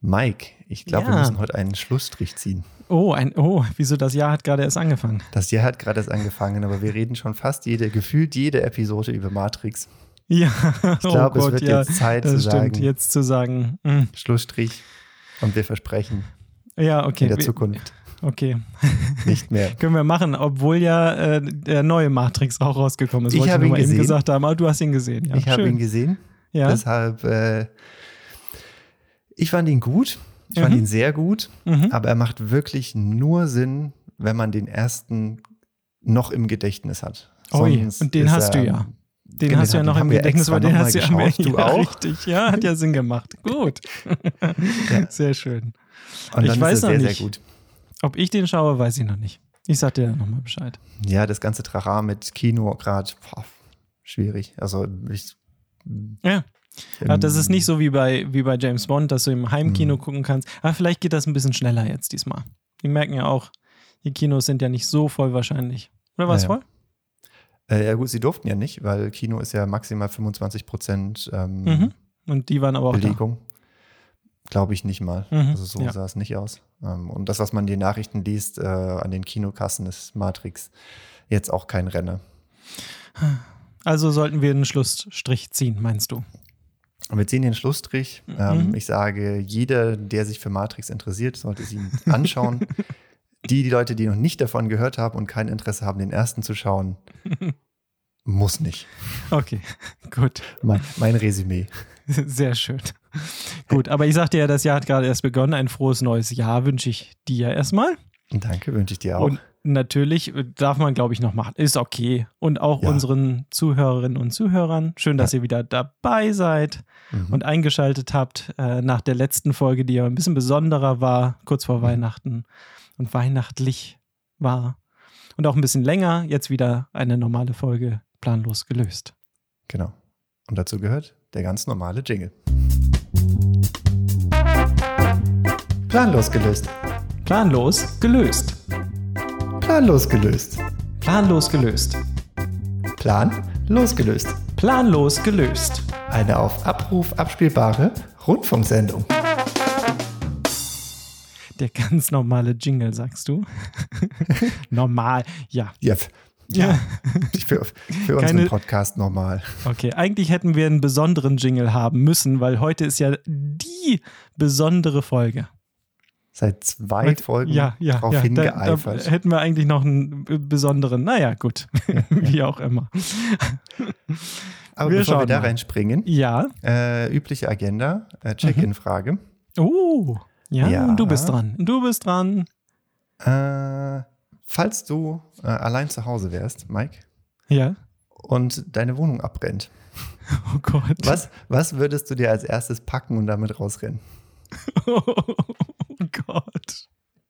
Mike, ich glaube, wir müssen heute einen Schlussstrich ziehen. Wieso? Das Jahr hat gerade erst angefangen. Das Jahr hat gerade erst angefangen, aber wir reden schon gefühlt jede Episode über Matrix. Ja, ich glaube, es wird jetzt Zeit zu sagen. Jetzt zu sagen. Schlussstrich. Und wir versprechen. Ja, okay. In der Zukunft. Okay. Nicht mehr. Können wir machen, obwohl ja der neue Matrix auch rausgekommen ist. Ich habe ihn gesehen. Eben gesagt haben, aber du hast ihn gesehen. Ja, ich habe ihn gesehen. Ja. Deshalb, ich fand ihn gut. Ich fand ihn sehr gut. Aber er macht wirklich nur Sinn, wenn man den ersten noch im Gedächtnis hat. Und den hast du ja. Den hast du ja noch im Gedächtnis, weil den hast du ja du auch. Richtig, ja, hat ja Sinn gemacht. Gut. Ja. Sehr schön. Und dann ich weiß ist er noch sehr, nicht, sehr gut. Ob ich den schaue, weiß ich noch nicht. Ich sag dir nochmal Bescheid. Ja, das ganze Trara mit Kino gerade, schwierig. Also ja, das ist nicht so wie bei James Bond, dass du im Heimkino gucken kannst. Aber vielleicht geht das ein bisschen schneller jetzt diesmal. Die merken ja auch, die Kinos sind ja nicht so voll wahrscheinlich. Oder war es voll? Ja gut, sie durften ja nicht, weil Kino ist ja maximal 25% Und die waren aber auch Belegung. Glaube ich nicht mal. Also so sah es nicht aus. Und das, was man in den Nachrichten liest, an den Kinokassen ist Matrix jetzt auch kein Renner. Also sollten wir einen Schlussstrich ziehen, meinst du? Wir ziehen den Schlussstrich. Ich sage, jeder, der sich für Matrix interessiert, sollte es ihn anschauen. Die Leute, die noch nicht davon gehört haben und kein Interesse haben, den ersten zu schauen, muss nicht. Okay, gut. Mein Resümee. Sehr schön. Gut, aber ich sagte ja, das Jahr hat gerade erst begonnen. Ein frohes neues Jahr wünsche ich dir erstmal. Danke, wünsche ich dir auch. Und natürlich darf man, glaube ich, noch machen. Ist okay. Und auch unseren Zuhörerinnen und Zuhörern. Schön, dass ihr wieder dabei seid und eingeschaltet habt nach der letzten Folge, die ja ein bisschen besonderer war, kurz vor Weihnachten und weihnachtlich war. Und auch ein bisschen länger. Jetzt wieder eine normale Folge, planlos gelöst. Genau. Und dazu gehört der ganz normale Jingle. Planlos gelöst. Planlos gelöst. Planlos gelöst. Planlos gelöst. Plan losgelöst. Planlos gelöst. Eine auf Abruf abspielbare Rundfunksendung. Der ganz normale Jingle, sagst du? Normal, ja. Ja. Für unseren Podcast normal. Okay, eigentlich hätten wir einen besonderen Jingle haben müssen, weil heute ist ja die besondere Folge. Seit 2 Folgen darauf hingeeifert. Da hätten wir eigentlich noch einen besonderen, naja, gut, wie auch immer. Aber bevor wir da reinspringen, übliche Agenda, Check-in-Frage. Ja, und du bist dran. Falls du allein zu Hause wärst, Mike, und deine Wohnung abbrennt, oh Gott. Was würdest du dir als erstes packen und damit rausrennen? Oh Gott.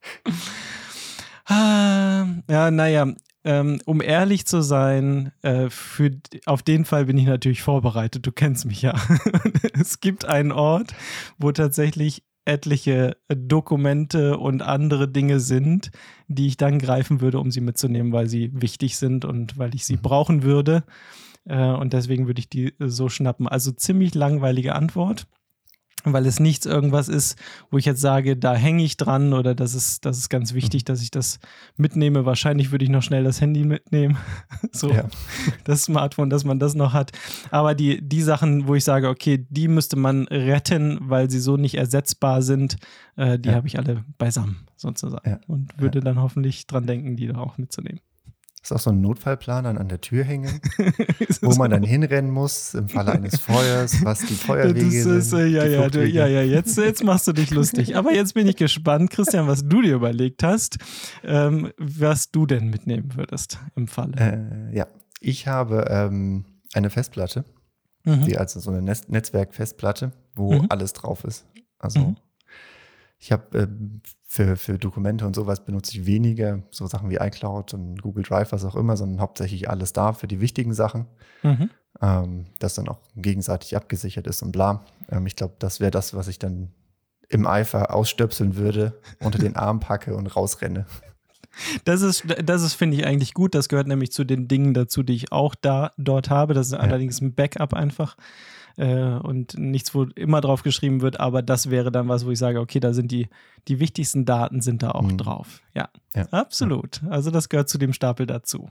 Um ehrlich zu sein, auf den Fall bin ich natürlich vorbereitet. Du kennst mich ja. Es gibt einen Ort, wo tatsächlich etliche Dokumente und andere Dinge sind, die ich dann greifen würde, um sie mitzunehmen, weil sie wichtig sind und weil ich sie brauchen würde. Und deswegen würde ich die so schnappen. Also ziemlich langweilige Antwort, weil es nichts irgendwas ist, wo ich jetzt sage, da hänge ich dran oder das ist ganz wichtig, dass ich das mitnehme. Wahrscheinlich würde ich noch schnell das Handy mitnehmen, das Smartphone, dass man das noch hat. Aber die Sachen, wo ich sage, okay, die müsste man retten, weil sie so nicht ersetzbar sind, die habe ich alle beisammen sozusagen und würde dann hoffentlich dran denken, die da auch mitzunehmen. Ist auch so ein Notfallplan dann an der Tür hängen, wo man dann hinrennen muss im Falle eines Feuers, was die Feuerwege sind. Jetzt machst du dich lustig. Aber jetzt bin ich gespannt, Christian, was du dir überlegt hast, was du denn mitnehmen würdest im Falle. Ich habe eine Festplatte, die also so eine Netzwerkfestplatte, wo alles drauf ist. Also ich habe für Dokumente und sowas benutze ich weniger so Sachen wie iCloud und Google Drive, was auch immer, sondern hauptsächlich alles da für die wichtigen Sachen, das dann auch gegenseitig abgesichert ist und bla. Ich glaube, das wäre das, was ich dann im Eifer ausstöpseln würde, unter den Arm packe und rausrenne. Das ist, finde ich, eigentlich gut. Das gehört nämlich zu den Dingen dazu, die ich auch dort habe. Das ist allerdings ein Backup einfach. und nichts, wo immer drauf geschrieben wird, aber das wäre dann was, wo ich sage, okay, da sind die wichtigsten Daten sind da auch drauf. Ja, absolut. Also das gehört zu dem Stapel dazu.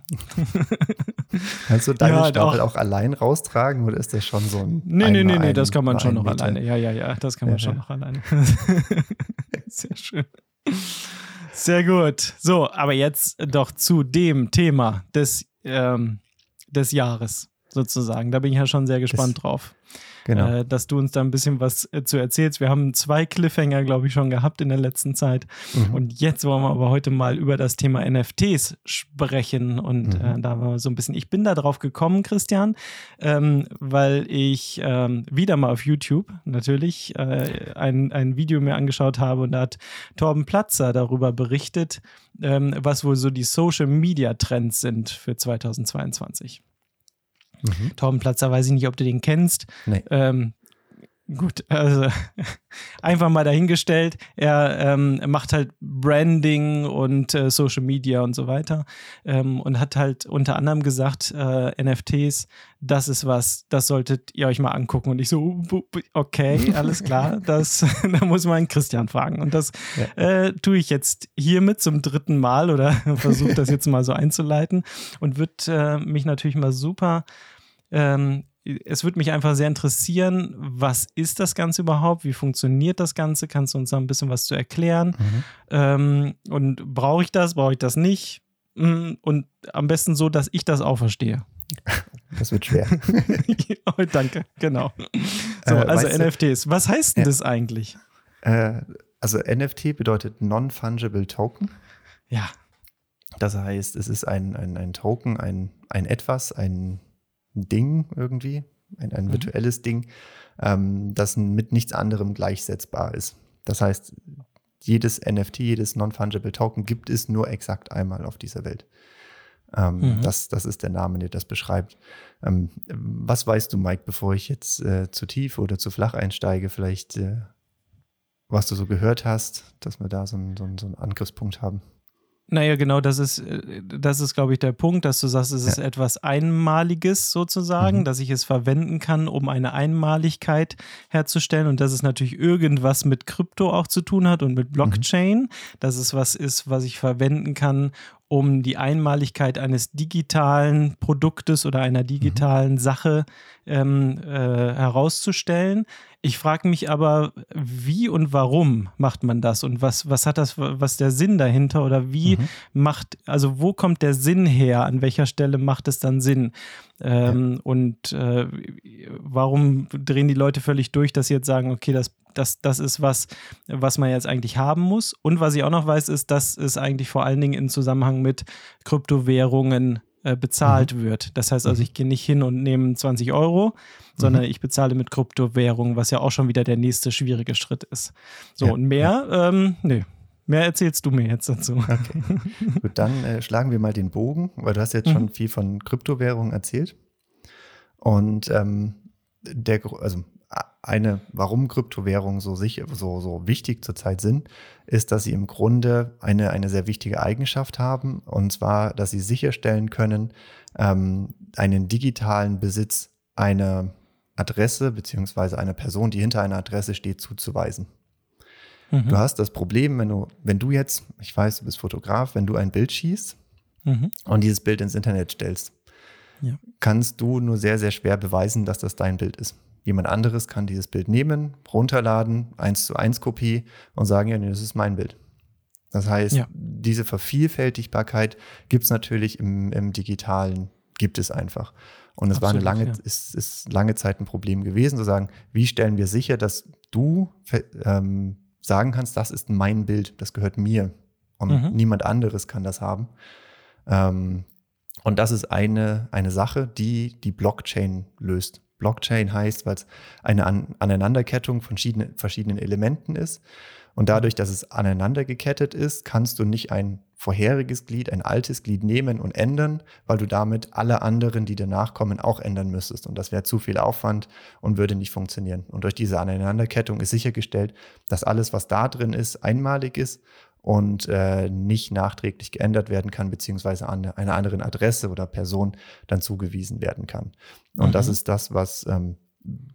Kannst du deinen Stapel auch allein raustragen oder ist das schon so ein Nee, das kann man schon noch alleine. Ja, das kann man schon noch alleine. Sehr schön. Sehr gut. So, aber jetzt doch zu dem Thema des Jahres sozusagen. Da bin ich ja schon sehr gespannt drauf. Genau. Dass du uns da ein bisschen was zu erzählst. Wir haben 2 Cliffhanger, glaube ich, schon gehabt in der letzten Zeit. Und jetzt wollen wir aber heute mal über das Thema NFTs sprechen. Und da war so ein bisschen, ich bin da drauf gekommen, Christian, weil ich wieder mal auf YouTube natürlich ein Video mir angeschaut habe und da hat Torben Platzer darüber berichtet, was wohl so die Social-Media-Trends sind für 2022. Torben Platzer, weiß ich nicht, ob du den kennst. Nee. Gut, also einfach mal dahingestellt. Er macht halt Branding und Social Media und so weiter und hat halt unter anderem gesagt, NFTs, das ist was, das solltet ihr euch mal angucken. Und ich so, okay, alles klar, da muss man Christian fragen. Und das tue ich jetzt hiermit zum 3. Mal oder versuche das jetzt mal so einzuleiten und wird mich natürlich mal super es würde mich einfach sehr interessieren, was ist das Ganze überhaupt? Wie funktioniert das Ganze? Kannst du uns da ein bisschen was zu erklären? Und brauche ich das nicht? Und am besten so, dass ich das auch verstehe. Das wird schwer. Oh, danke, genau. So, also NFTs. Was heißt denn das eigentlich? Also NFT bedeutet Non-Fungible Token. Ja. Das heißt, es ist ein Token, ein Etwas, ein Ding irgendwie, ein virtuelles Ding, das mit nichts anderem gleichsetzbar ist. Das heißt, jedes NFT, jedes Non-Fungible Token gibt es nur exakt einmal auf dieser Welt. Das ist der Name, der das beschreibt. Was weißt du, Mike, bevor ich jetzt zu tief oder zu flach einsteige, vielleicht was du so gehört hast, dass wir da so einen Angriffspunkt haben? Naja, genau, das ist, glaube ich, der Punkt, dass du sagst, es ist etwas Einmaliges sozusagen, dass ich es verwenden kann, um eine Einmaligkeit herzustellen und dass es natürlich irgendwas mit Krypto auch zu tun hat und mit Blockchain, dass es was ist, was ich verwenden kann, um die Einmaligkeit eines digitalen Produktes oder einer digitalen Sache herauszustellen. Ich frage mich aber, wie und warum macht man das und was hat das, was ist der Sinn dahinter oder wie wo kommt der Sinn her, an welcher Stelle macht es dann Sinn? Und warum drehen die Leute völlig durch, dass sie jetzt sagen, okay, das ist was man jetzt eigentlich haben muss. Und was ich auch noch weiß, ist, dass es eigentlich vor allen Dingen im Zusammenhang mit Kryptowährungen bezahlt wird. Das heißt also, ich gehe nicht hin und nehme 20 €, sondern ich bezahle mit Kryptowährungen, was ja auch schon wieder der nächste schwierige Schritt ist. So, und mehr, mehr erzählst du mir jetzt dazu. Okay. Gut, dann schlagen wir mal den Bogen, weil du hast jetzt schon viel von Kryptowährungen erzählt. Und warum Kryptowährungen so wichtig zurzeit sind, ist, dass sie im Grunde eine sehr wichtige Eigenschaft haben, und zwar, dass sie sicherstellen können, einen digitalen Besitz einer Adresse beziehungsweise einer Person, die hinter einer Adresse steht, zuzuweisen. Du hast das Problem, wenn du jetzt, ich weiß, du bist Fotograf, wenn du ein Bild schießt und dieses Bild ins Internet stellst, kannst du nur sehr, sehr schwer beweisen, dass das dein Bild ist. Jemand anderes kann dieses Bild nehmen, runterladen, 1:1 Kopie und sagen, ja, nee, das ist mein Bild. Das heißt, diese Vervielfältigbarkeit gibt es natürlich im Digitalen, gibt es einfach. Und es war ist lange Zeit ein Problem gewesen, zu sagen, wie stellen wir sicher, dass du sagen kannst, das ist mein Bild, das gehört mir und niemand anderes kann das haben. Und das ist eine Sache, die Blockchain löst. Blockchain heißt, weil es eine Aneinanderkettung von verschiedenen Elementen ist. Und dadurch, dass es aneinander gekettet ist, kannst du nicht ein vorheriges Glied, ein altes Glied nehmen und ändern, weil du damit alle anderen, die danach kommen, auch ändern müsstest. Und das wäre zu viel Aufwand und würde nicht funktionieren. Und durch diese Aneinanderkettung ist sichergestellt, dass alles, was da drin ist, einmalig ist und nicht nachträglich geändert werden kann, beziehungsweise an einer anderen Adresse oder Person dann zugewiesen werden kann. Und das ist das, was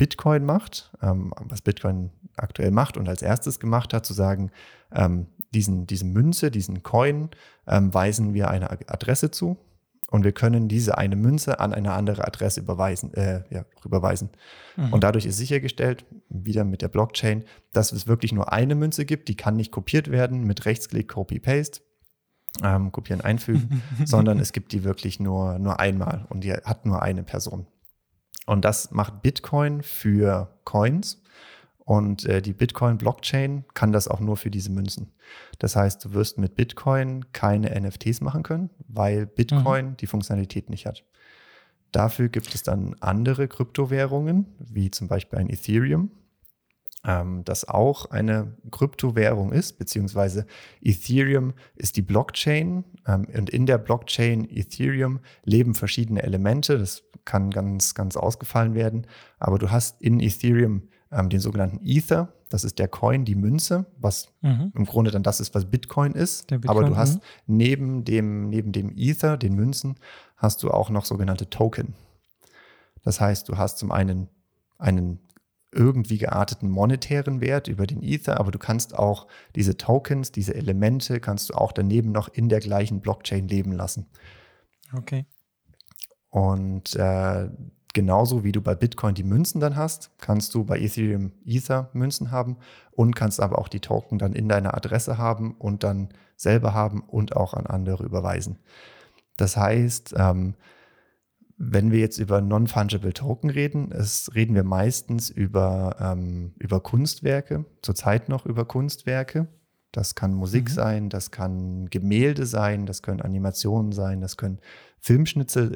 Bitcoin macht, was Bitcoin aktuell macht und als erstes gemacht hat, zu sagen, diese Münze, diesen Coin, weisen wir eine Adresse zu und wir können diese eine Münze an eine andere Adresse rüberweisen. Und dadurch ist sichergestellt, wieder mit der Blockchain, dass es wirklich nur eine Münze gibt, die kann nicht kopiert werden mit Rechtsklick, Copy-Paste, kopieren, einfügen, sondern es gibt die wirklich nur einmal und die hat nur eine Person. Und das macht Bitcoin für Coins und die Bitcoin-Blockchain kann das auch nur für diese Münzen. Das heißt, du wirst mit Bitcoin keine NFTs machen können, weil Bitcoin die Funktionalität nicht hat. Dafür gibt es dann andere Kryptowährungen, wie zum Beispiel ein Ethereum, das auch eine Kryptowährung ist, beziehungsweise Ethereum ist die Blockchain und in der Blockchain Ethereum leben verschiedene Elemente. Das kann ganz, ganz ausgefallen werden, aber du hast in Ethereum den sogenannten Ether, das ist der Coin, die Münze, was im Grunde dann das ist, was Bitcoin ist. Bitcoin, aber du hast neben dem Ether, den Münzen, hast du auch noch sogenannte Token. Das heißt, du hast zum einen irgendwie gearteten monetären Wert über den Ether, aber du kannst auch diese Tokens, diese Elemente, kannst du auch daneben noch in der gleichen Blockchain leben lassen. Okay. Und genauso wie du bei Bitcoin die Münzen dann hast, kannst du bei Ethereum Ether-Münzen haben und kannst aber auch die Token dann in deiner Adresse haben und dann selber haben und auch an andere überweisen. Das heißt, wenn wir jetzt über Non-Fungible Token reden, reden wir meistens über Kunstwerke, zurzeit noch über Kunstwerke. Das kann Musik sein, das kann Gemälde sein, das können Animationen sein, das können Filmschnipsel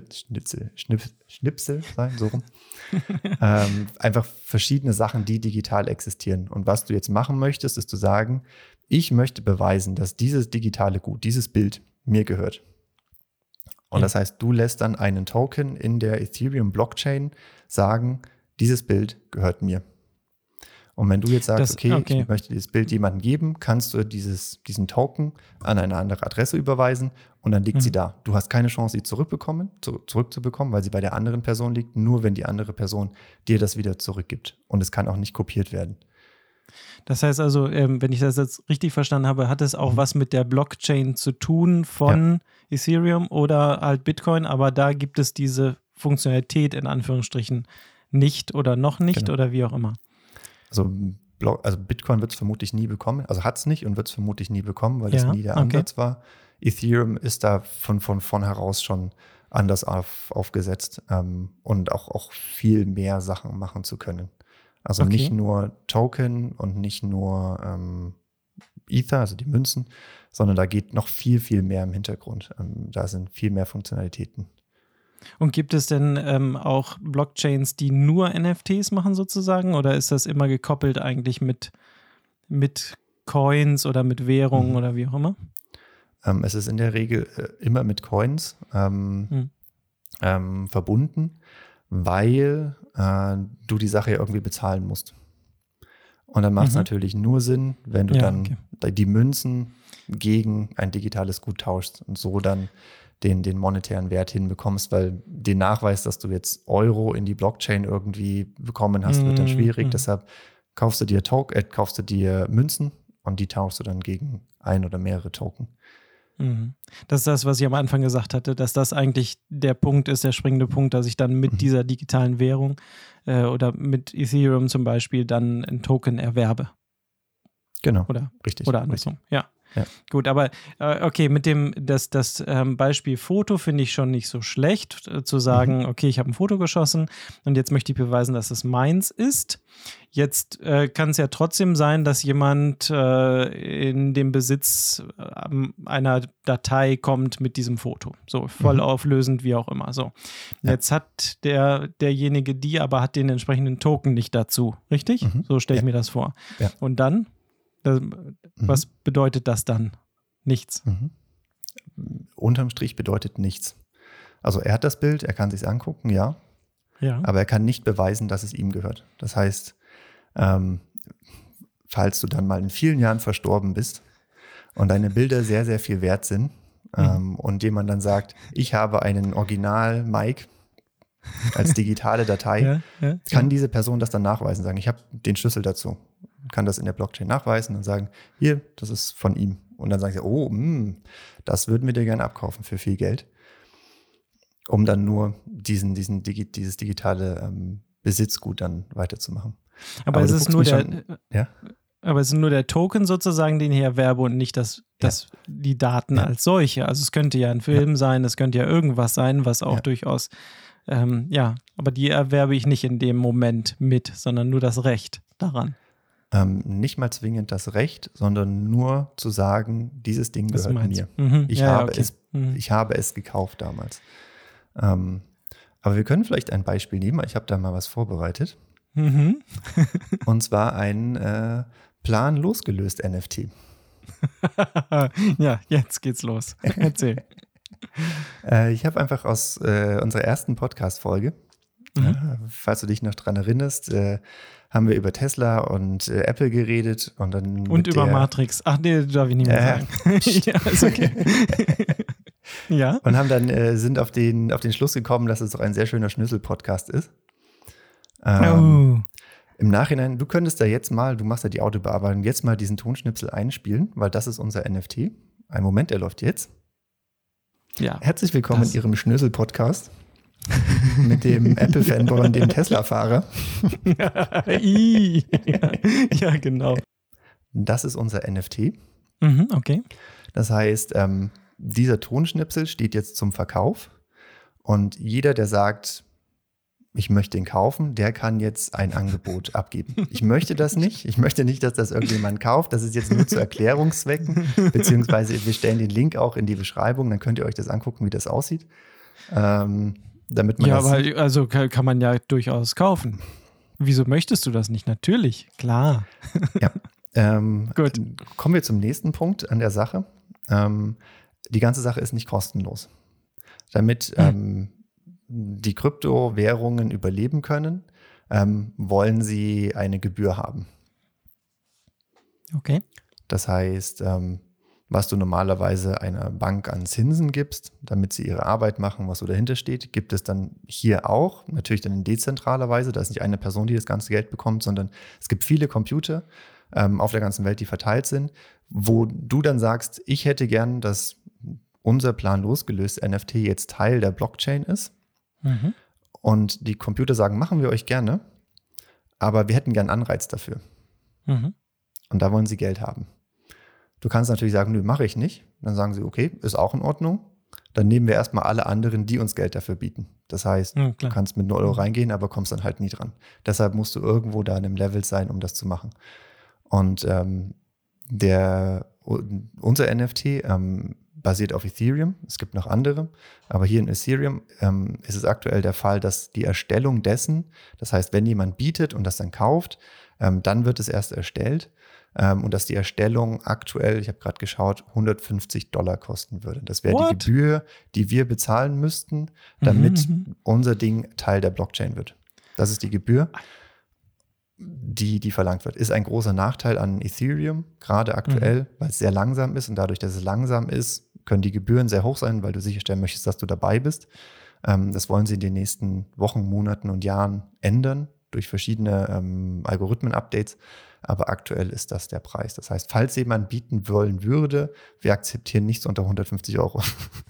sein, so rum. Einfach verschiedene Sachen, die digital existieren. Und was du jetzt machen möchtest, ist zu sagen, ich möchte beweisen, dass dieses digitale Gut, dieses Bild mir gehört. Und das heißt, du lässt dann einen Token in der Ethereum-Blockchain sagen, dieses Bild gehört mir. Und wenn du jetzt sagst, ich möchte dieses Bild jemandem geben, kannst du diesen Token an eine andere Adresse überweisen und dann liegt sie da. Du hast keine Chance, sie zurückzubekommen, weil sie bei der anderen Person liegt, nur wenn die andere Person dir das wieder zurückgibt. Und es kann auch nicht kopiert werden. Das heißt also, wenn ich das jetzt richtig verstanden habe, hat es auch was mit der Blockchain zu tun von Ethereum oder halt Bitcoin, aber da gibt es diese Funktionalität in Anführungsstrichen nicht oder noch nicht oder wie auch immer. Also Bitcoin wird es vermutlich nie bekommen, also hat es nicht und wird es vermutlich nie bekommen, weil das nie der Ansatz war. Ethereum ist da von heraus schon anders aufgesetzt und auch viel mehr Sachen machen zu können. Also nicht nur Token und nicht nur Ether, also die Münzen, sondern da geht noch viel, viel mehr im Hintergrund. Da sind viel mehr Funktionalitäten. Und gibt es denn auch Blockchains, die nur NFTs machen sozusagen? Oder ist das immer gekoppelt eigentlich mit Coins oder mit Währungen oder wie auch immer? Es ist in der Regel immer mit Coins verbunden, weil du die Sache ja irgendwie bezahlen musst. Und dann macht es natürlich nur Sinn, wenn du die Münzen gegen ein digitales Gut tauschst und so dann den monetären Wert hinbekommst, weil den Nachweis, dass du jetzt Euro in die Blockchain irgendwie bekommen hast, wird dann schwierig. Deshalb kaufst du dir Münzen und die tauschst du dann gegen ein oder mehrere Token. Das ist das, was ich am Anfang gesagt hatte, dass das eigentlich der Punkt ist, der springende Punkt, dass ich dann mit dieser digitalen Währung oder mit Ethereum zum Beispiel dann einen Token erwerbe. Genau, richtig. Oder andersrum, richtig. Ja. Gut, aber okay, mit das Beispiel Foto finde ich schon nicht so schlecht, zu sagen, okay, ich habe ein Foto geschossen und jetzt möchte ich beweisen, dass es meins ist. Jetzt kann es ja trotzdem sein, dass jemand in den Besitz einer Datei kommt mit diesem Foto. So, voll auflösend, wie auch immer. So. Ja. Jetzt hat derjenige aber hat den entsprechenden Token nicht dazu, richtig? So stelle ich mir das vor. Ja. Und dann? Was bedeutet das dann? Nichts. Unterm Strich bedeutet nichts. Also er hat das Bild, er kann es sich angucken, ja. Aber er kann nicht beweisen, dass es ihm gehört. Das heißt, falls du dann mal in vielen Jahren verstorben bist und deine Bilder sehr, sehr viel wert sind und jemand dann sagt, ich habe einen Original Mike, als digitale Datei, kann diese Person das dann nachweisen, sagen, ich habe den Schlüssel dazu, kann das in der Blockchain nachweisen und sagen, hier, das ist von ihm. Und dann sagen sie, das würden wir dir gerne abkaufen für viel Geld, um dann nur dieses digitale Besitzgut dann weiterzumachen. Aber es ist nur aber es ist nur der Token sozusagen, den ich erwerbe und nicht die Daten als solche. Also es könnte ja ein Film sein, es könnte ja irgendwas sein, was auch durchaus, aber die erwerbe ich nicht in dem Moment mit, sondern nur das Recht daran. Nicht mal zwingend das Recht, sondern nur zu sagen, dieses Ding gehört mir. Ich habe es gekauft damals. Aber wir können vielleicht ein Beispiel nehmen. Ich habe da mal was vorbereitet. Und zwar ein Plan losgelöst NFT. Ja, jetzt geht's los. Erzähl. Ich habe einfach aus unserer ersten Podcast-Folge, falls du dich noch dran erinnerst, haben wir über Tesla und Apple geredet. Und über Matrix. Ach nee, darf ich nicht mehr sagen. Ja, ist okay. Ja. Und haben dann sind auf den Schluss gekommen, dass es doch ein sehr schöner Schnüssel-Podcast ist. Im Nachhinein, du könntest da jetzt mal, du machst ja die Audiobearbeitung, jetzt mal diesen Tonschnipsel einspielen, weil das ist unser NFT. Ein Moment, der läuft jetzt. Ja. Herzlich willkommen in Ihrem Schnüssel-Podcast mit dem Apple-Fanboy und dem Tesla-Fahrer. Ja, genau. Das ist unser NFT. Okay. Das heißt, dieser Tonschnipsel steht jetzt zum Verkauf und jeder, der sagt, ich möchte ihn kaufen, der kann jetzt ein Angebot abgeben. Ich möchte das nicht. Ich möchte nicht, dass das irgendjemand kauft. Das ist jetzt nur zu Erklärungszwecken, beziehungsweise wir stellen den Link auch in die Beschreibung, dann könnt ihr euch das angucken, wie das aussieht. Damit man also kann man ja durchaus kaufen. Wieso möchtest du das nicht? Natürlich, klar. Ja. Gut. Kommen wir zum nächsten Punkt an der Sache. Die ganze Sache ist nicht kostenlos. Damit die Kryptowährungen überleben können, wollen sie eine Gebühr haben. Okay. Das heißt, was du normalerweise einer Bank an Zinsen gibst, damit sie ihre Arbeit machen, was so dahinter steht, gibt es dann hier auch, natürlich dann in dezentraler Weise. Da ist nicht eine Person, die das ganze Geld bekommt, sondern es gibt viele Computer auf der ganzen Welt, die verteilt sind, wo du dann sagst, ich hätte gern, dass unser Plan losgelöst NFT jetzt Teil der Blockchain ist. Und die Computer sagen, machen wir euch gerne, aber wir hätten gern einen Anreiz dafür. Und da wollen sie Geld haben. Du kannst natürlich sagen, nö, mache ich nicht. Dann sagen sie, okay, ist auch in Ordnung. Dann nehmen wir erstmal alle anderen, die uns Geld dafür bieten. Das heißt, du kannst mit 0 € reingehen, aber kommst dann halt nie dran. Deshalb musst du irgendwo da in einem Level sein, um das zu machen. Und unser NFT basiert auf Ethereum. Es gibt noch andere, aber hier in Ethereum ist es aktuell der Fall, dass die Erstellung dessen, das heißt, wenn jemand bietet und das dann kauft, dann wird es erst erstellt und dass die Erstellung aktuell, ich habe gerade geschaut, $150 kosten würde. Das wäre die Gebühr, die wir bezahlen müssten, damit unser Ding Teil der Blockchain wird. Das ist die Gebühr, die verlangt wird. Ist ein großer Nachteil an Ethereum, gerade aktuell, weil es sehr langsam ist und dadurch, dass es langsam ist, können die Gebühren sehr hoch sein, weil du sicherstellen möchtest, dass du dabei bist. Das wollen sie in den nächsten Wochen, Monaten und Jahren ändern durch verschiedene Algorithmen-Updates. Aber aktuell ist das der Preis. Das heißt, falls jemand bieten wollen würde, wir akzeptieren nichts unter 150 €.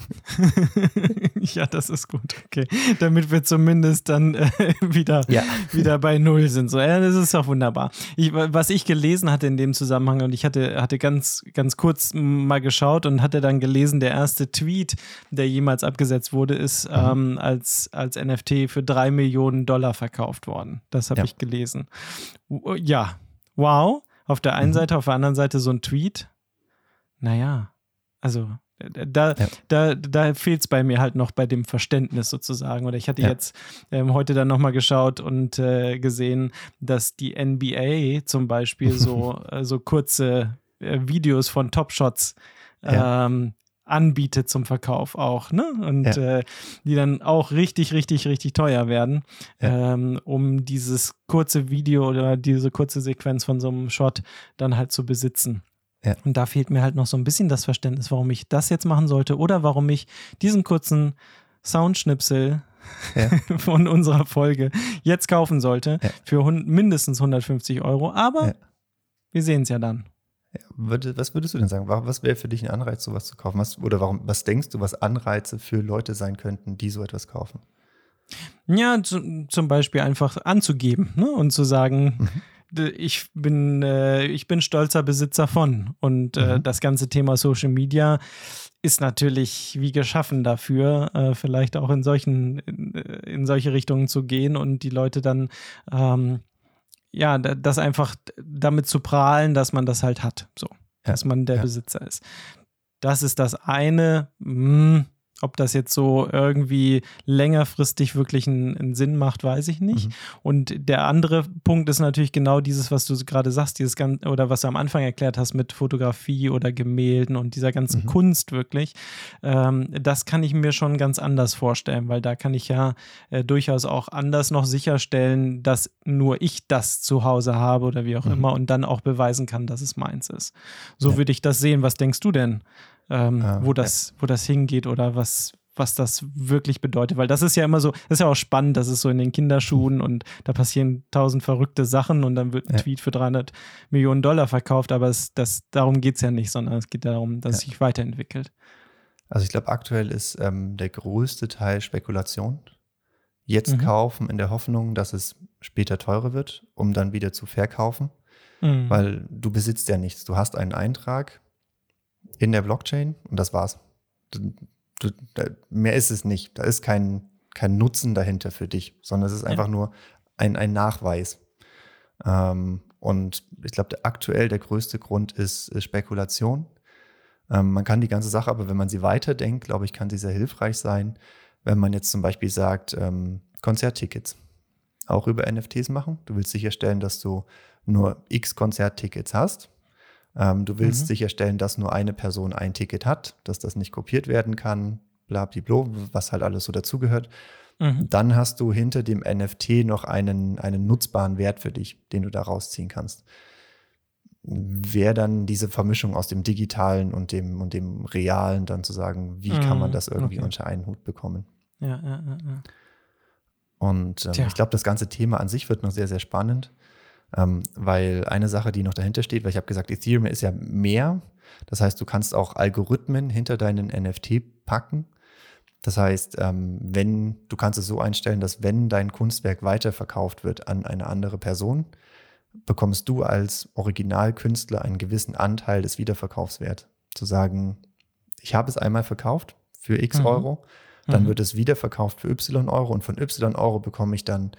Ja, das ist gut. Okay. Damit wir zumindest dann wieder bei Null sind. So, ja, das ist doch wunderbar. Was ich gelesen hatte in dem Zusammenhang, und ich hatte ganz, ganz kurz mal geschaut und hatte dann gelesen, der erste Tweet, der jemals abgesetzt wurde, ist als NFT für $3 Millionen verkauft worden. Das habe ich gelesen. Ja. Wow, auf der einen Seite, auf der anderen Seite so ein Tweet. Naja, also da fehlt es bei mir halt noch bei dem Verständnis sozusagen. Oder ich hatte jetzt heute dann nochmal geschaut und gesehen, dass die NBA zum Beispiel so kurze Videos von Top Shots anbietet zum Verkauf auch, ne? Und die dann auch richtig, richtig, richtig teuer werden, um dieses kurze Video oder diese kurze Sequenz von so einem Shot dann halt zu besitzen. Ja. Und da fehlt mir halt noch so ein bisschen das Verständnis, warum ich das jetzt machen sollte oder warum ich diesen kurzen Soundschnipsel von unserer Folge jetzt kaufen sollte für mindestens 150 €. Aber wir sehen es ja dann. Ja, was würdest du denn sagen? Was wäre für dich ein Anreiz, sowas zu kaufen? Was denkst du, was Anreize für Leute sein könnten, die so etwas kaufen? Ja, zum Beispiel einfach anzugeben, ne? Und zu sagen, ich bin stolzer Besitzer von. Und das ganze Thema Social Media ist natürlich wie geschaffen dafür, vielleicht auch in solche Richtungen zu gehen und die Leute dann das einfach damit zu prahlen, dass man das halt hat, so, dass man der Besitzer ist. Das ist das eine. Ob das jetzt so irgendwie längerfristig wirklich einen Sinn macht, weiß ich nicht. Und der andere Punkt ist natürlich genau dieses, was du gerade sagst, oder was du am Anfang erklärt hast mit Fotografie oder Gemälden und dieser ganzen Kunst wirklich. Das kann ich mir schon ganz anders vorstellen, weil da kann ich ja durchaus auch anders noch sicherstellen, dass nur ich das zu Hause habe oder wie auch immer und dann auch beweisen kann, dass es meins ist. So würde ich das sehen. Was denkst du denn? Wo das hingeht oder was das wirklich bedeutet. Weil das ist ja immer so, das ist ja auch spannend, das ist so in den Kinderschuhen und da passieren 1000 verrückte Sachen und dann wird ein Tweet für $300 Millionen verkauft, aber darum geht es ja nicht, sondern es geht darum, dass es sich weiterentwickelt. Also ich glaube, aktuell ist der größte Teil Spekulation. Jetzt kaufen in der Hoffnung, dass es später teurer wird, um dann wieder zu verkaufen, weil du besitzt ja nichts. Du hast einen Eintrag in der Blockchain und das war's. Mehr ist es nicht. Da ist kein Nutzen dahinter für dich, sondern es ist einfach nur ein Nachweis. Und ich glaube, aktuell der größte Grund ist Spekulation. Man kann die ganze Sache, aber wenn man sie weiterdenkt, glaube ich, kann sie sehr hilfreich sein, wenn man jetzt zum Beispiel sagt, Konzerttickets auch über NFTs machen. Du willst sicherstellen, dass du nur x Konzerttickets hast. Du willst sicherstellen, dass nur eine Person ein Ticket hat, dass das nicht kopiert werden kann, blablabla, was halt alles so dazugehört. Dann hast du hinter dem NFT noch einen nutzbaren Wert für dich, den du da rausziehen kannst. Wäre dann diese Vermischung aus dem Digitalen und dem Realen dann zu sagen, wie kann man das irgendwie unter einen Hut bekommen? Ja. Und ich glaube, das ganze Thema an sich wird noch sehr, sehr spannend. Weil eine Sache, die noch dahinter steht, weil ich habe gesagt, Ethereum ist ja mehr. Das heißt, du kannst auch Algorithmen hinter deinen NFT packen. Das heißt, du kannst es so einstellen, dass wenn dein Kunstwerk weiterverkauft wird an eine andere Person, bekommst du als Originalkünstler einen gewissen Anteil des Wiederverkaufswerts. Zu sagen, ich habe es einmal verkauft für x Euro, dann wird es wiederverkauft für y Euro und von y Euro bekomme ich dann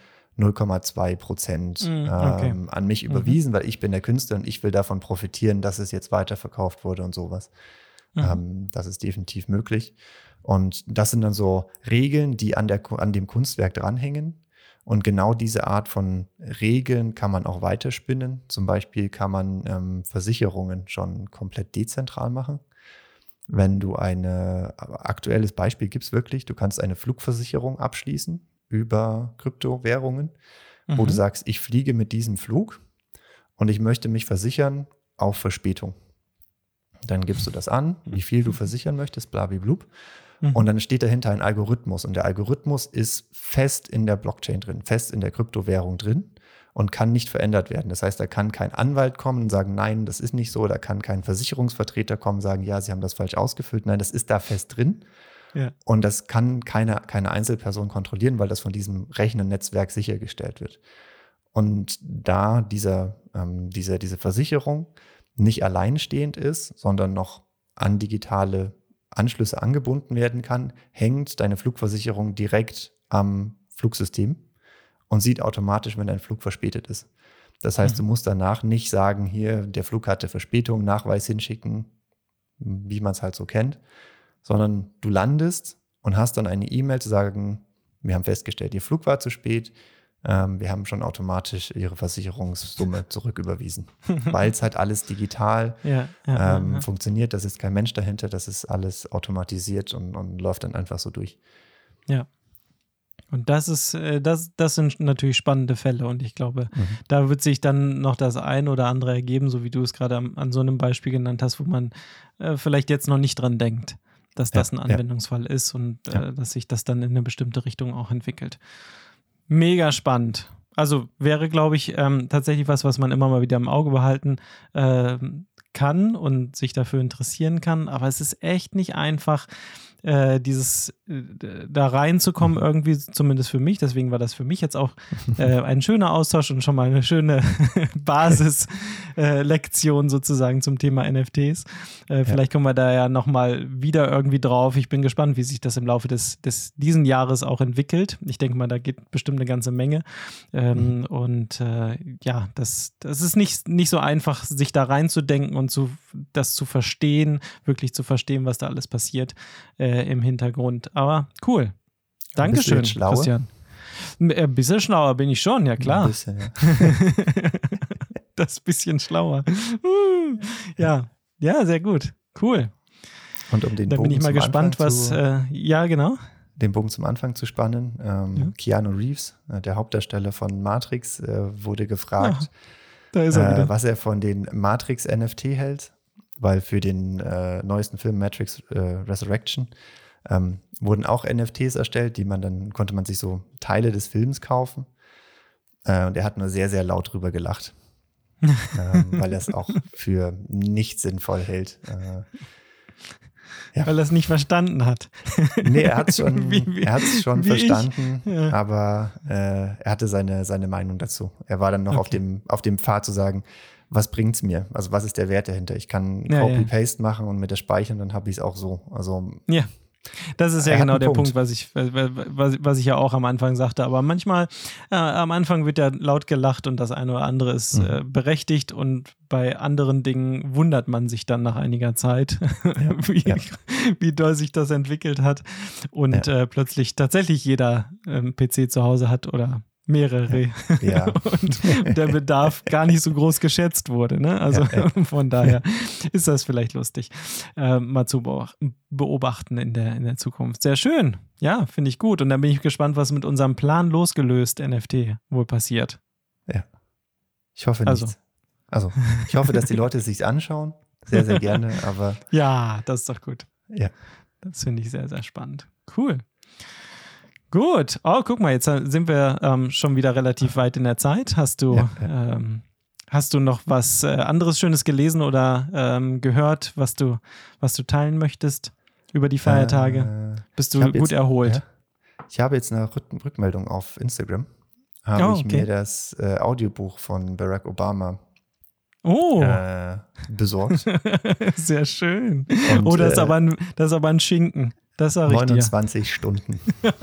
0,2% an mich überwiesen, weil ich bin der Künstler und ich will davon profitieren, dass es jetzt weiterverkauft wurde und sowas. Das ist definitiv möglich. Und das sind dann so Regeln, die an dem Kunstwerk dranhängen. Und genau diese Art von Regeln kann man auch weiterspinnen. Zum Beispiel kann man Versicherungen schon komplett dezentral machen. Wenn du aktuelles Beispiel gibt es wirklich, du kannst eine Flugversicherung abschließen über Kryptowährungen, wo du sagst, ich fliege mit diesem Flug und ich möchte mich versichern auf Verspätung. Dann gibst du das an, wie viel du versichern möchtest, blablablub. Und dann steht dahinter ein Algorithmus und der Algorithmus ist fest in der Blockchain drin, fest in der Kryptowährung drin und kann nicht verändert werden. Das heißt, da kann kein Anwalt kommen und sagen, nein, das ist nicht so. Da kann kein Versicherungsvertreter kommen und sagen, ja, Sie haben das falsch ausgefüllt. Nein, das ist da fest drin. Ja. Und das kann keine Einzelperson kontrollieren, weil das von diesem Rechennetzwerk sichergestellt wird. Und da diese Versicherung nicht alleinstehend ist, sondern noch an digitale Anschlüsse angebunden werden kann, hängt deine Flugversicherung direkt am Flugsystem und sieht automatisch, wenn dein Flug verspätet ist. Das heißt, du musst danach nicht sagen, hier, der Flug hatte Verspätung, Nachweis hinschicken, wie man es halt so kennt, sondern du landest und hast dann eine E-Mail zu sagen, wir haben festgestellt, Ihr Flug war zu spät, wir haben schon automatisch Ihre Versicherungssumme zurücküberwiesen. Weil es halt alles digital funktioniert, da ist kein Mensch dahinter, das ist alles automatisiert und läuft dann einfach so durch. Ja. Und das sind natürlich spannende Fälle und ich glaube, da wird sich dann noch das ein oder andere ergeben, so wie du es gerade an so einem Beispiel genannt hast, wo man vielleicht jetzt noch nicht dran denkt. dass das ein Anwendungsfall ist und dass sich das dann in eine bestimmte Richtung auch entwickelt. Mega spannend. Also wäre, glaube ich, tatsächlich was man immer mal wieder im Auge behalten kann und sich dafür interessieren kann. Aber es ist echt nicht einfach, da reinzukommen irgendwie, zumindest für mich. Deswegen war das für mich jetzt auch ein schöner Austausch und schon mal eine schöne Basislektion sozusagen zum Thema NFTs. Vielleicht kommen wir da ja nochmal wieder irgendwie drauf. Ich bin gespannt, wie sich das im Laufe diesen Jahres auch entwickelt. Ich denke mal, da geht bestimmt eine ganze Menge. Das ist nicht so einfach, sich da reinzudenken und das zu verstehen, wirklich zu verstehen, was da alles passiert im Hintergrund. Aber cool. Dankeschön, Christian. Ein bisschen schlauer bin ich schon, ja klar. Ein bisschen, ja. Das bisschen schlauer. Ja, sehr gut. Cool. Und um den Dann bin ich mal gespannt, genau. Den Bogen zum Anfang zu spannen. Keanu Reeves, der Hauptdarsteller von Matrix, wurde gefragt, da ist er wieder. Was er von den Matrix-NFT hält, weil für den neuesten Film Matrix Resurrection wurden auch NFTs erstellt, konnte man sich so Teile des Films kaufen. Und er hat nur sehr, sehr laut drüber gelacht, weil er es auch für nicht sinnvoll hält. Weil er es nicht verstanden hat. Nee, er hat es schon verstanden, aber er hatte seine Meinung dazu. Er war dann noch auf dem Pfad zu sagen, was bringt's mir? Also was ist der Wert dahinter? Ich kann Copy-Paste machen und mit der speichern, dann habe ich es auch so. Also das ist ja genau der Punkt, was ich ja auch am Anfang sagte. Aber manchmal, am Anfang wird ja laut gelacht und das eine oder andere ist berechtigt und bei anderen Dingen wundert man sich dann nach einiger Zeit, wie doll sich das entwickelt hat und plötzlich tatsächlich jeder PC zu Hause hat oder mehrere und der Bedarf gar nicht so groß geschätzt wurde. Ne? Also von daher ist das vielleicht lustig, mal zu beobachten in der Zukunft. Sehr schön. Ja, finde ich gut. Und dann bin ich gespannt, was mit unserem Plan losgelöst NFT wohl passiert. Ja. Ich hoffe nicht. Also ich hoffe, dass die Leute es sich anschauen. Sehr, sehr gerne. Aber ja, das ist doch gut. Ja. Das finde ich sehr, sehr spannend. Cool. Gut. Oh, guck mal, jetzt sind wir schon wieder relativ weit in der Zeit. Hast du noch was anderes Schönes gelesen oder gehört, was du teilen möchtest über die Feiertage? Bist du gut erholt? Ja. Ich habe jetzt eine Rückmeldung auf Instagram. Ich mir das Audiobuch von Barack Obama besorgt. Sehr schön. Und, das ist aber ein Schinken. Das sage ich 29 Stunden.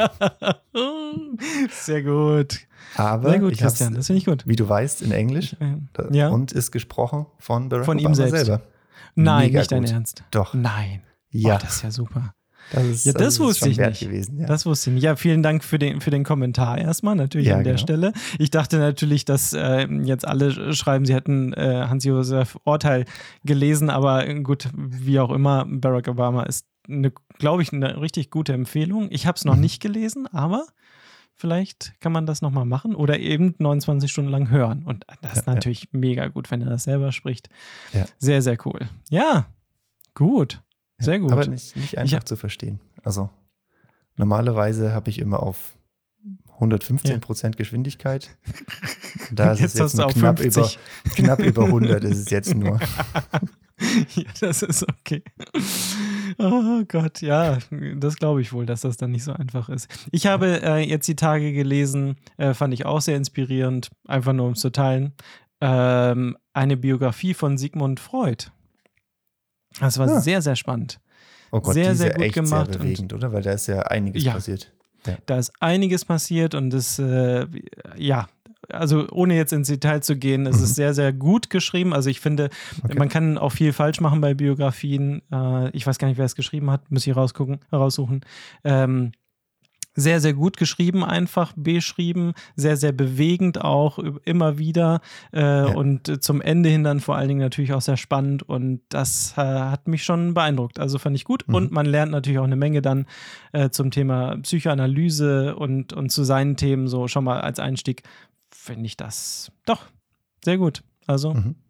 Sehr gut. Aber sehr gut, Christian, das finde ich gut. Wie du weißt, in Englisch und ist gesprochen von Barack Obama ihm selbst. selber. Nein, Mega nicht gut. dein Ernst. Doch. Nein. Ja. Oh, das ist ja super. Das wusste ich nicht. Gewesen, ja. Das wusste ich nicht. Ja, vielen Dank für den Kommentar erstmal, natürlich an der Stelle. Ich dachte natürlich, dass jetzt alle schreiben, sie hätten Hans-Josef Urteil gelesen, aber gut, wie auch immer, Barack Obama ist, glaube ich, eine richtig gute Empfehlung. Ich habe es noch nicht gelesen, aber vielleicht kann man das nochmal machen oder eben 29 Stunden lang hören. Und das ist natürlich mega gut, wenn er das selber spricht. Ja. Sehr, sehr cool. Ja, gut. Sehr gut. Aber nicht einfach zu verstehen. Also normalerweise habe ich immer auf 115% Geschwindigkeit. Da ist es jetzt nur knapp über 100 ist es jetzt nur. Ja, das ist okay. Oh Gott, ja, das glaube ich wohl, dass das dann nicht so einfach ist. Ich habe jetzt die Tage gelesen, fand ich auch sehr inspirierend, einfach nur um es zu teilen, eine Biografie von Sigmund Freud. Das war sehr, sehr spannend. Oh Gott, sehr, die sehr ist gut echt gemacht. Sehr bewegend, oder? Weil da ist ja einiges passiert. Ja. Da ist einiges passiert und es, also ohne jetzt ins Detail zu gehen, es ist sehr, sehr gut geschrieben. Also ich finde, man kann auch viel falsch machen bei Biografien. Ich weiß gar nicht, wer es geschrieben hat, muss ich raussuchen. Sehr, sehr gut geschrieben, einfach beschrieben, sehr, sehr bewegend auch immer wieder und zum Ende hin dann vor allen Dingen natürlich auch sehr spannend und das hat mich schon beeindruckt, also fand ich gut und man lernt natürlich auch eine Menge dann zum Thema Psychoanalyse und zu seinen Themen so schon mal als Einstieg finde ich das doch sehr gut, also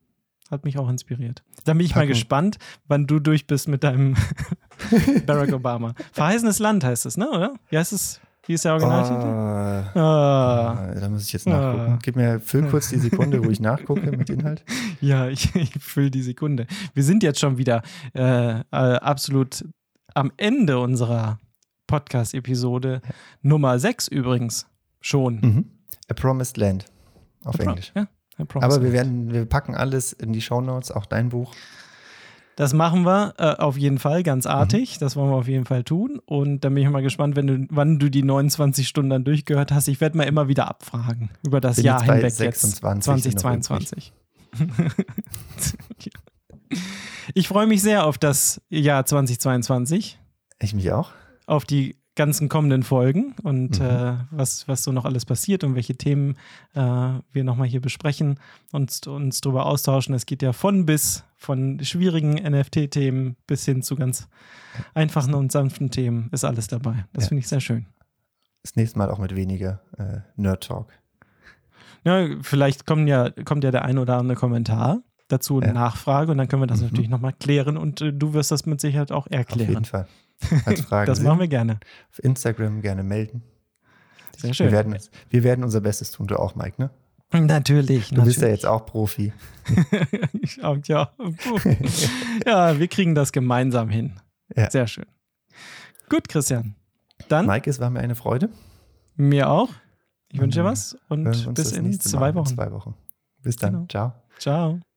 Hat mich auch inspiriert. Dann bin ich mal gespannt, wann du durch bist mit deinem Barack Obama. Verheißenes Land heißt es, ne, oder? Wie heißt es? Wie ist der Originaltitel? Da muss ich jetzt nachgucken. Füll kurz die Sekunde, wo ich nachgucke mit Inhalt. Ja, ich fülle die Sekunde. Wir sind jetzt schon wieder absolut am Ende unserer Podcast-Episode Nummer 6 übrigens schon. A Promised Land auf Englisch. Ja, aber wir packen alles in die Shownotes, auch dein Buch. Das machen wir auf jeden Fall, ganz artig. Das wollen wir auf jeden Fall tun. Und dann bin ich mal gespannt, wann du die 29 Stunden dann durchgehört hast. Ich werde mal immer wieder abfragen über das Jahr hinweg 26 jetzt. 2022. Ich freue mich sehr auf das Jahr 2022. Ich mich auch. Auf die ganzen kommenden Folgen und was so noch alles passiert und welche Themen wir nochmal hier besprechen und uns darüber austauschen. Es geht ja von schwierigen NFT-Themen bis hin zu ganz einfachen und sanften Themen ist alles dabei. Das finde ich sehr schön. Das nächste Mal auch mit weniger Nerd-Talk. Ja, vielleicht kommt ja der ein oder andere Kommentar dazu, eine Nachfrage und dann können wir das natürlich nochmal klären und du wirst das mit Sicherheit auch erklären. Auf jeden Fall. Als Fragen das machen wir gerne. Auf Instagram gerne melden. Sehr schön. Wir werden unser Bestes tun, du auch, Mike, ne? Natürlich. Du bist ja jetzt auch Profi. Ja, wir kriegen das gemeinsam hin. Ja. Sehr schön. Gut, Christian. Dann. Mike, es war mir eine Freude. Mir auch. Ich wünsche dir was und bis in 2 Wochen. Bis dann. Genau. Ciao. Ciao.